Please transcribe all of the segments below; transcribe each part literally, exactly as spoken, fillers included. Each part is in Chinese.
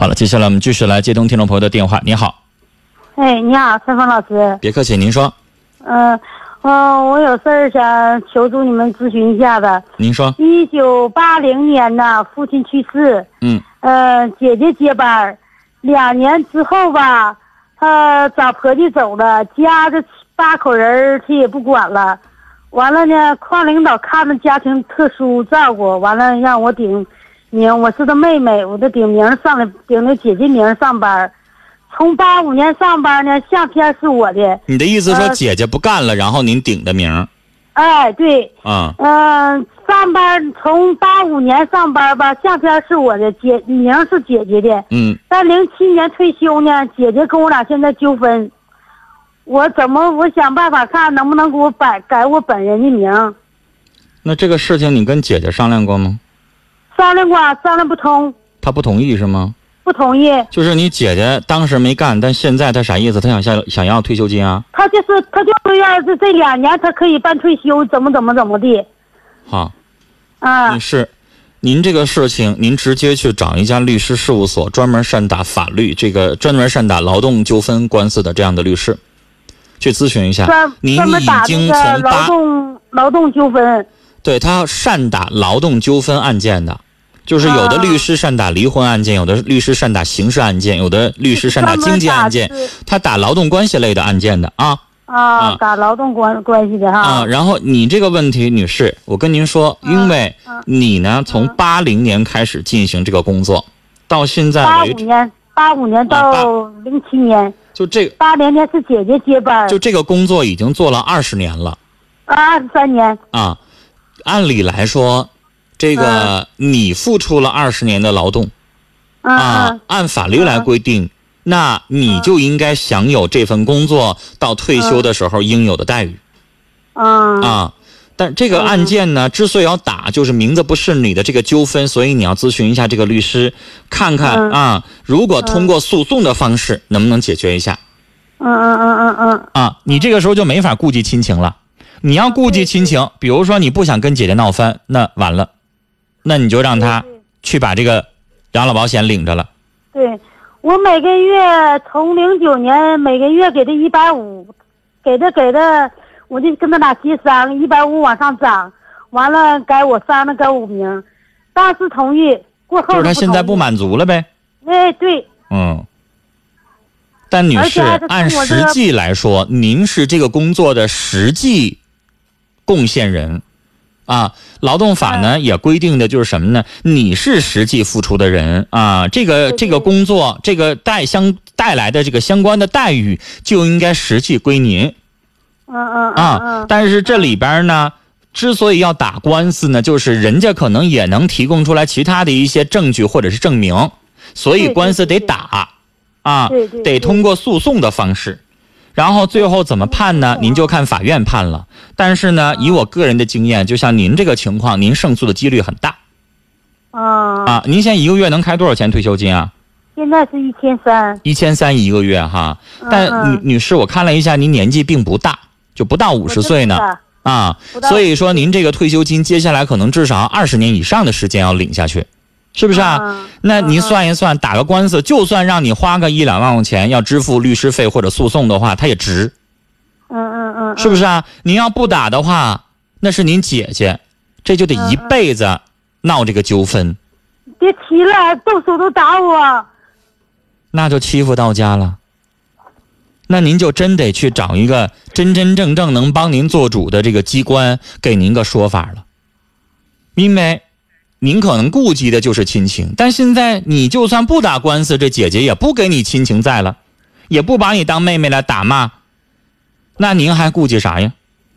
了，接下来我们继续来接通听众朋友的电话。你好。 哎，你好，陈峰老师。 别客气，您说。 嗯、呃，呃，我有事儿想求助你们咨询一下子。 您说。 一九八零年呢，父亲去世。 嗯。 呃，姐姐接班，两年之后吧，她找婆家走了，家这八口人她也不管了。完了呢，矿领导看着家庭特殊照顾，完了让我顶名，我是她妹妹，我就顶名上来，顶着姐姐名上班。从八五年上班呢，相片是我的。 你的意思说呃、 姐姐不干了，然后您顶的名？ 哎，对。 啊。 嗯、呃，上班从八五年上班吧，相片是我的，姐名是姐姐的。 嗯。 但零七年退休呢，姐姐跟我俩现在纠纷，我怎么我想办法看能不能给我改改我本人的名。 那这个事情你跟姐姐商量过吗？ 商量过，商量不通。 她不同意是吗？ 不同意。 就是你姐姐当时没干，但现在她啥意思？她想想想要退休金啊？ 她就是她就是要是这两年她可以办退休，怎么怎么怎么地。 好。 啊。 女士，您这个事情您直接去找一家律师事务所，专门善打法律这个专门善打劳动纠纷官司的这样的律师，去咨询一下。您已经从劳动劳动纠纷。 对，他善打劳动纠纷案件的。就是有的律师善打离婚案件，有的律师善打刑事案件，有的律师善打经济案件，他打劳动关系类的案件的啊。 啊，打劳动关关系的哈。 啊，然后你这个问题，女士，我跟您说，因为你呢，从八零年开始进行这个工作，到现在为止， 八五年，八五年到零七年， 就这个八零年是姐姐接班， 就这个工作已经做了二十年了。 啊，二十三年。 啊，按理来说。这个你付出了二十年的劳动，啊，按法律来规定，那你就应该享有这份工作到退休的时候应有的待遇。啊，但这个案件呢，之所以要打，就是名字不是你的这个纠纷，所以你要咨询一下这个律师，看看啊，如果通过诉讼的方式能不能解决一下。 嗯嗯嗯嗯嗯。 啊，你这个时候就没法顾及亲情了。你要顾及亲情，比如说你不想跟姐姐闹翻，那完了。那你就让他去把这个养老保险领着了。 对，我每个月从零九年每个月给他一百五，给他给他，我就跟他俩协商，一百五往上涨，完了改我商量改五名，当时同意，过后就是他现在不满足了呗。 哎，对。 嗯。但女士，按实际来说，您是这个工作的实际贡献人。啊，劳动法呢也规定的就是什么呢？你是实际付出的人啊，这个这个工作，这个带相带来的这个相关的待遇就应该实际归您。 嗯嗯啊，但是这里边呢，之所以要打官司呢，就是人家可能也能提供出来其他的一些证据或者是证明，所以官司得打啊，得通过诉讼的方式。然后最后怎么判呢？您就看法院判了。但是呢，以我个人的经验，就像您这个情况，您胜诉的几率很大。 啊啊，您现在一个月能开多少钱退休金啊？ 现在是一千三。 一千三一个月哈。但女女士，我看了一下，您年纪并不大，就不到五十岁呢。啊，所以说您这个退休金接下来可能至少二十年以上的时间要领下去。是不是啊？那您算一算，打个官司，就算让你花个一两万块钱，要支付律师费或者诉讼的话，它也值。 嗯嗯嗯， 是不是啊？您要不打的话，那是您姐姐，这就得一辈子闹这个纠纷。 别提了，动手都打我。 那就欺负到家了。那您就真得去找一个真真正正能帮您做主的这个机关，给您个说法了。因为您可能顾及的就是亲情，但现在你就算不打官司，这姐姐也不给你亲情在了，也不把你当妹妹来打骂，那您还顾忌啥呀？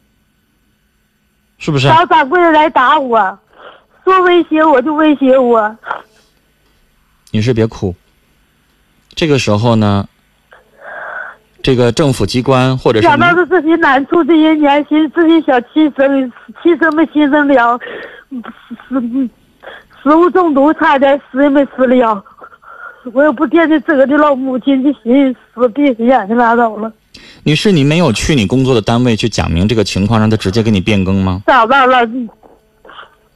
是不是？ 找掌柜的来打我，说威胁我就威胁我。 女士别哭，这个时候呢，这个政府机关或者是想到的这些难处，这些年轻这些小亲生亲生们心生了，食食物中毒差点死也没死了，我也不惦记这个的老母亲的心，死闭上眼睛拉倒了。 女士，你没有去你工作的单位去讲明这个情况，让他直接给你变更吗？ 找到了，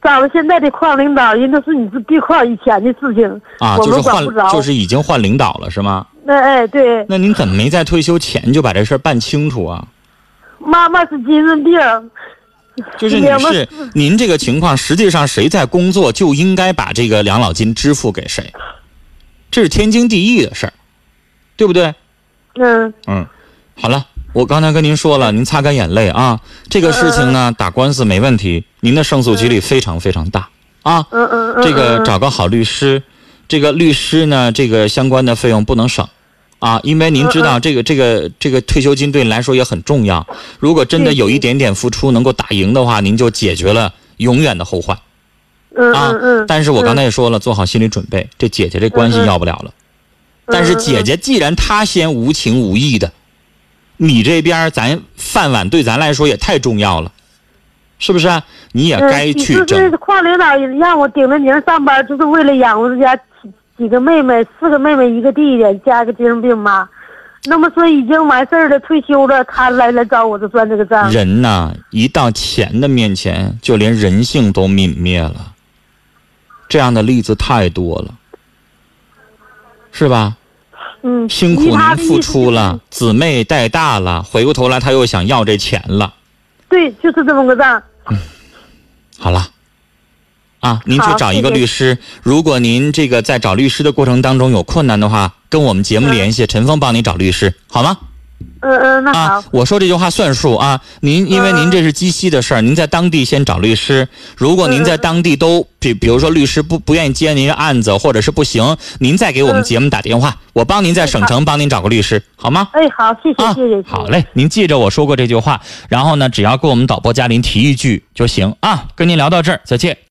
找了现在的矿领导，人都是你是对矿以前的事情啊，就是换，就是已经换领导了是吗？ 那哎对。 那您怎么没在退休前就把这事办清楚啊？ 妈妈是精神病。 就是你是您这个情况，实际上谁在工作就应该把这个养老金支付给谁，这是天经地义的事儿，对不对？ 嗯嗯，好了，我刚才跟您说了，您擦干眼泪啊。这个事情呢，打官司没问题，您的胜诉几率非常非常大啊。 嗯嗯嗯。 这个找个好律师，这个律师呢，这个相关的费用不能省。啊，因为您知道这个这个这个退休金对您来说也很重要。如果真的有一点点付出能够打赢的话，您就解决了永远的后患。啊，但是我刚才也说了，做好心理准备，这姐姐这关系要不了了。但是姐姐既然她先无情无义的，你这边咱饭碗对咱来说也太重要了，是不是啊？你也该去挣。 矿领导让我顶着名上班，就是为了养活家几个妹妹，四个妹妹一个弟弟，加一个精神病妈。那么说已经完事儿了，退休了，他来来找我就算这个账。 人呐，一到钱的面前，就连人性都泯灭了。这样的例子太多了，是吧？ 嗯， 辛苦您付出了，姊妹带大了，回过头来他又想要这钱了。 对，就是这么个账。 嗯，好了。啊，您去找一个律师。 谢谢。 如果您这个在找律师的过程当中有困难的话，跟我们节目联系，嗯、陈峰帮你找律师，好吗？ 嗯嗯，那好。 啊，我说这句话算数啊。您因为您这是鸡西的事儿，您在当地先找律师。如果您在当地都比比如说律师不不愿意接您的案子，或者是不行，您再给我们节目打电话，我帮您在省城帮您找个律师，好吗？ 哎，好，谢谢、啊、谢谢。 好嘞，您记着我说过这句话，然后呢，只要跟我们导播嘉林提一句就行啊。跟您聊到这儿，再见。